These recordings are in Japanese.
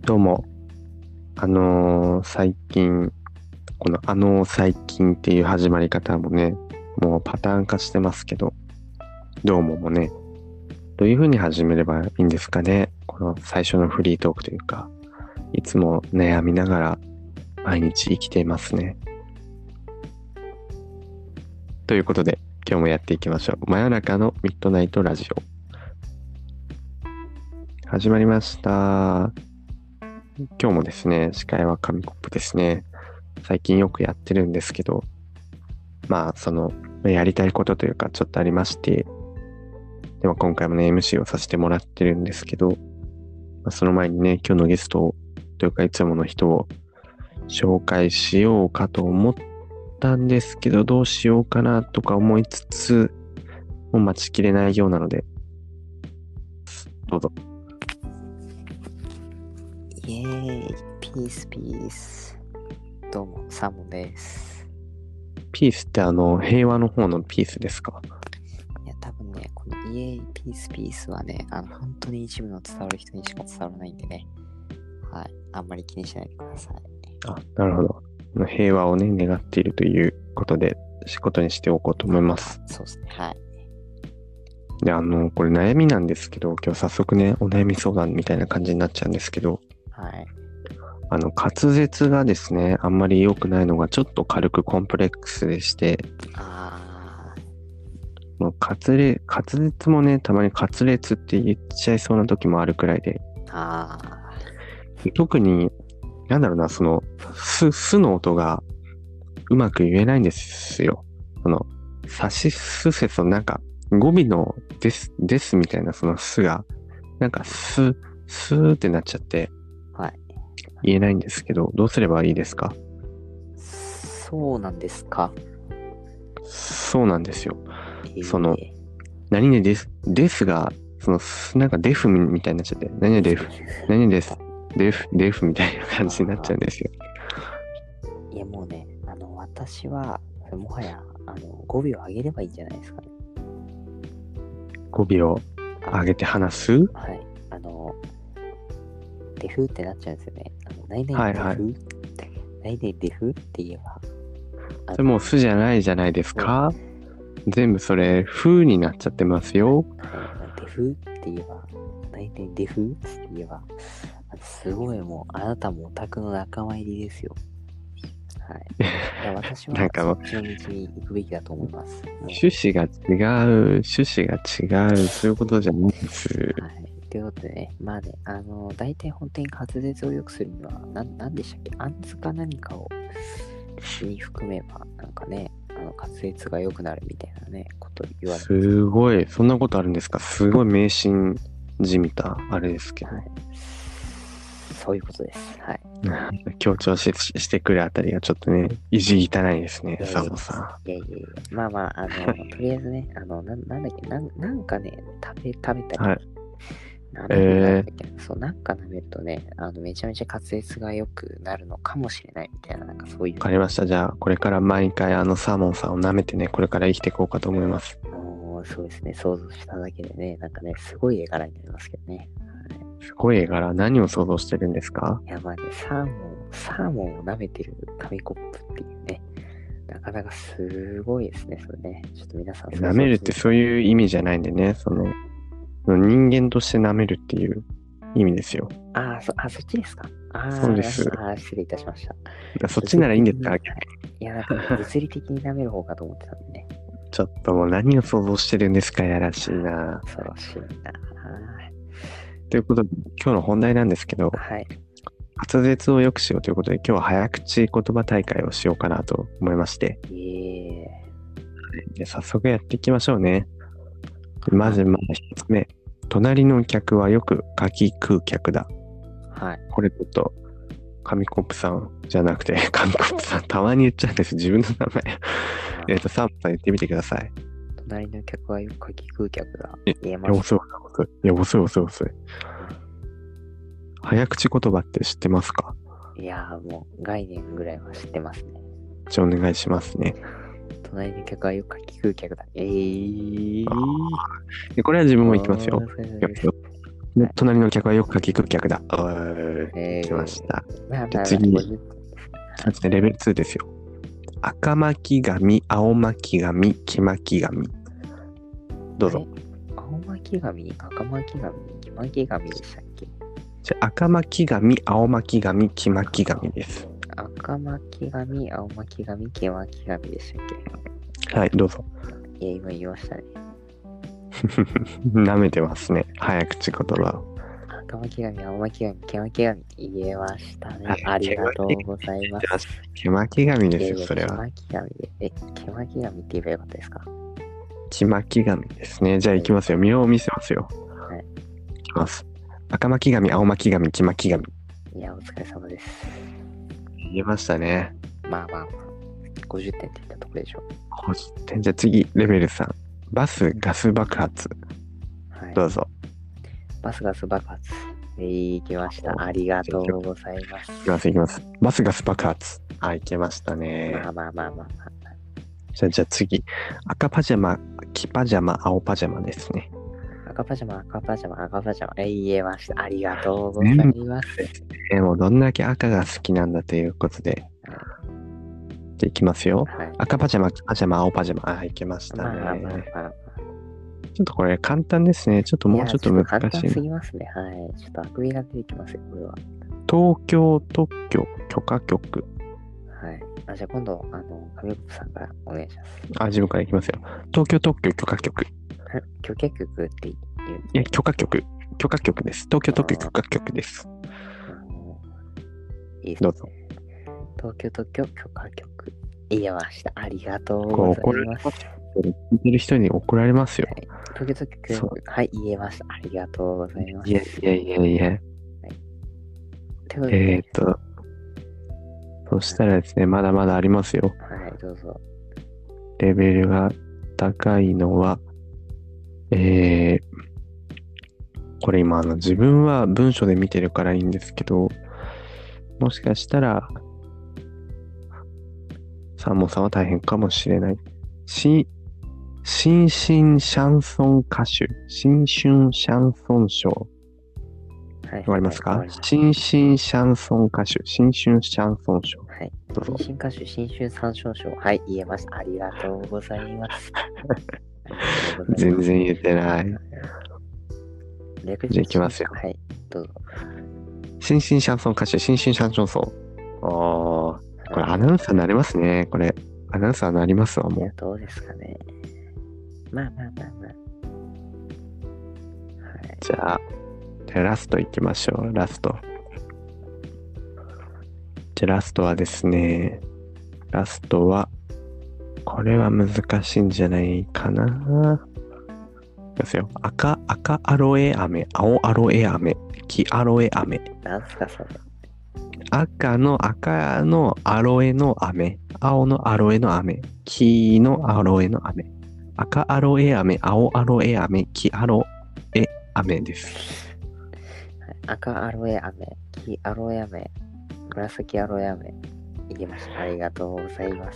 どうも、最近、この最近っていう始まり方もね、もうパターン化してますけど、どうもね、どういう風に始めればいいんですかね。この最初のフリートークというか、いつも悩みながら毎日生きていますね。ということで、今日もやっていきましょう。真夜中のミッドナイトラジオ。始まりました。今日もですね、司会は紙コップですね。最近よくやってるんですけど、やりたいことというかちょっとありまして、でも今回もね、MC をさせてもらってるんですけど、その前にね、今日のゲストというかいつもの人を紹介しようかと思ったんですけど、どうしようかなとか思いつつ、もう待ちきれないようなので、どうぞ。 イエーイ、ピースピース。どうも、サーモンです。 ピースって平和の方のピースですか？ いや、多分ね、このイエーイ、ピースピースはね、本当に一部の伝わる人にしか伝わらないんでね。はい。あんまり気にしないでください。 あ、なるほど。平和をね、願っているということで、仕事にしておこうと思います。 そうですね、はい。 で、これ悩みなんですけど、今日早速ね、お悩み相談みたいな感じになっちゃうんですけど、 はい。 滑舌がですね、あんまり良くないのがちょっと軽くコンプレックスでして、もう滑舌もね、たまに滑舌って言っちゃいそうな時もあるくらいで、特に、なんだろうな、すの音がうまく言えないんですよ。さしすせそ、なんか、語尾のですみたいなそのすが、なんかすーってなっちゃって、 はい。 言えないんですけど、どうすればいいですか？ そうなんですか。 そうなんですよ。何々ですが、なんかデフみたいになっちゃって、何々デフ、何々です、デフみたいな感じになっちゃうんですよ。 いや、もうね、私は、もはや、語尾を上げればいいんじゃないですかね。 語尾を上げて話す？ はい。デフってなっちゃうんですよね。何々デフ、 はいはい。 何々デフって言えば。 それもうすじゃないじゃないですか？全部それ、風になっちゃってますよ。 デフって言えば、何々デフって言えば、すごいもう、あなたもオタクの仲間入りですよ。はい。私はそっちの道に行くべきだと思います。 趣旨が違う、そういうことじゃないです。 はい。ということでね、まあね、大体本当に滑舌を良くするには、なんでしたっけ、アンズか何かをに含めば、なんかね、滑舌が良くなるみたいなね、こと言われて。 すごい、そんなことあるんですか？すごい迷信じみた、あれですけど。はい、 そういうことです。はい。 強調してくるあたりがちょっとね、意地汚いですね、サボさん。いや。まあ、とりあえずね、なんだっけ、なんかね、食べたり。はい。なんか舐めるとね、めちゃめちゃ滑舌が良くなるのかもしれないみたいな、なんかそういう。 わかりました。じゃあ、これから毎回サーモンさんを舐めてね、これから生きていこうかと思います。 そうですね、想像しただけでね、なんかね、すごい絵柄になりますけどね。 すごい絵柄、何を想像してるんですか？ いや、まあね、サーモンを舐めてる紙コップっていうね、なかなかすごいですね、それね。ちょっと皆さん舐めるってそういう意味じゃないんでね、人間として舐めるっていう意味ですよ。 そっちですか？ そうです。 失礼いたしました。 そっちならいいんですか？ いや、なんか物理的に舐める方かと思ってたんでね。 ちょっともう何を想像してるんですか？やらしいな。 恐ろしいな。 ということで、今日の本題なんですけど、 はい。 滑舌を良くしようということで、今日は早口言葉大会をしようかなと思いまして。早速やっていきましょうね。まず一つ目。隣の客はよく柿食う客だ。 はい。 これちょっと、紙コップさんじゃなくて、紙コップさんたまに言っちゃうんです。自分の名前。サーモンさん言ってみてください。 隣の客はよく柿食う客だ。 遅い。早口言葉って知ってますか？ いやー、もう概念ぐらいは知ってますね。 じゃあお願いしますね。 隣の客はよく柿食う客だ。 これは自分も言ってますよ。 で隣の客はよく柿食う客だ。来ました。 まあじゃあ次、レベル2ですよ。赤巻紙、青巻紙、黄巻紙。どうぞ。 青巻紙、赤巻紙、黄巻紙でしたっけ？ じゃあ赤巻紙、青巻紙、黄巻紙です。 赤巻紙、青巻紙、黄巻紙でしたっけ？ はい、どうぞ。 いや、今言いましたね。 舐めてますね。早口言葉を。 赤巻紙、青巻紙、黄巻紙言えましたね。はい、ありがとうございます。 黄巻紙ですよ、それは。 黄巻紙で。黄巻紙って言えばよかったですか？ 黄巻紙ですね。じゃあ行きますよ。身を見せますよ。 はい。 いきます。赤巻紙、青巻紙、黄巻紙。 いや、お疲れ様です。 言えましたね。 まあ。50点って言ったところでしょ。 50点。じゃあ次、レベル3。バスガス爆発。はい。どうぞ。 バスガス爆発。いきました。ありがとうございます。 いきます。バスガス爆発。いけましたね。 まあ。 じゃあ次。赤パジャマ、黄パジャマ、青パジャマですね。 赤パジャマ、赤パジャマ。言えました。ありがとうございます。 もうどんだけ赤が好きなんだということで。じゃあいきますよ。はい、赤パジャマ、黄パジャマ、青パジャマ。いけましたね。ちょっとこれ簡単ですね。ちょっともうちょっと難しい。 簡単すぎますね。はい。ちょっとあくびが出てきますよ、これは。 東京特許許可局。 はい。じゃあ今度、上国さんからお願いします。 自分からいきますよ。東京特許許可局。 許可局っていう。 いや、許可局。許可局です。東京特許許可局です。 いいですね。 どうぞ。 東京特許許可局。言えました。ありがとうございます。 聞いてる人に怒られますよ。 はい。東京特許許可局。はい、言えました。ありがとうございます。 いや。はい、そしたらですね、まだまだありますよ。 はい、どうぞ。 レベルが高いのは、これ今自分は文章で見てるからいいんですけど、もしかしたら、サーモンさんは大変かもしれない。新進シャンソン歌手、新春シャンソン賞。わかりますか？新進シャンソン歌手、新春シャンソン賞。 はい。どうぞ。新進歌手、新春シャンソン賞。はい、言えました。ありがとうございます。 全然言ってない。じゃあいきますよ。 はい、どうぞ。 新進シャンソン歌手、新春シャンソン賞。これアナウンサーになりますね。これ、アナウンサーになりますわ、もう。 どうですかね。まあ。はい。 じゃあラストいきましょう。ラストはですね、これは難しいんじゃないかな。ですよ。赤アロエ飴、青アロエ飴、黄アロエ飴。 なんすかそれ。 赤のアロエの飴、青のアロエの飴、黄のアロエの飴。赤アロエ飴、青アロエ飴、黄アロエ飴です。 赤アロエ飴、黄アロエ飴、紫アロエ飴。いきました。ありがとうございます。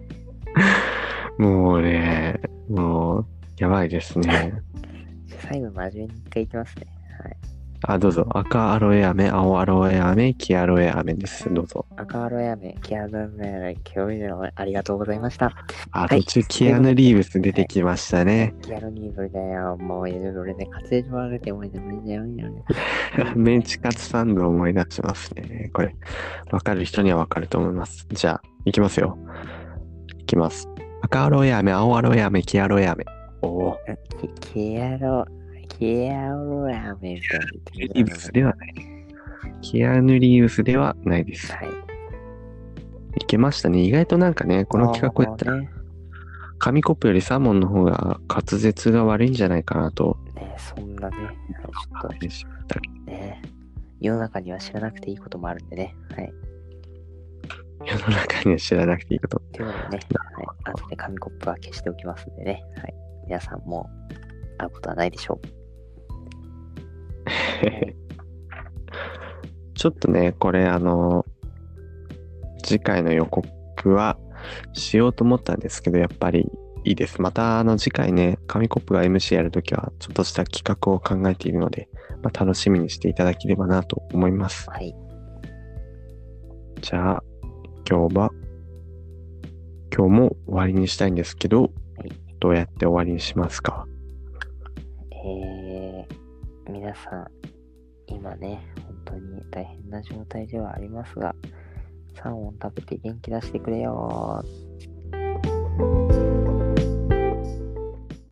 もうやばいですね。 最後真面目に一回いきますね。 はい。どうぞ。赤アロエ飴、青アロエ飴、黄アロエ飴です。どうぞ。 赤アロエ飴、黄アロエ飴、黄アロエ飴、ありがとうございました。 途中キアヌ・リーブス出てきましたね。 キアヌ・リーブスだよ。もう俺ね、活躍上げてもいいんだよ。 メンチカツサンドを思い出しますね。これ、わかる人にはわかると思います。じゃあ、いきますよ。赤アロエ飴、青アロエ飴、黄アロエ飴。 黄アロエ飴みたいな。 リーブスではない。キアヌ・リーブスではないです。 はい。 いけましたね。意外となんかね、この企画やったら、紙コップよりサーモンの方が滑舌が悪いんじゃないかなと。 そんなね、ちょっと、ね、世の中には知らなくていいこともあるんでね。はい。 世の中には知らなくていいこと。 ということでね、後で紙コップは消しておきますんでね。はい。皆さんも会うことはないでしょう。 ちょっとね、これ次回の予告はしようと思ったんですけど、やっぱりいいです。また次回ね、紙コップが MC やるときはちょっとした企画を考えているので、楽しみにしていただければなと思います。 はい。 じゃあ今日も終わりにしたいんですけど、どうやって終わりにしますか？ 皆さん、今ね、本当に大変な状態ではありますが、サーモン食べて元気出してくれよー。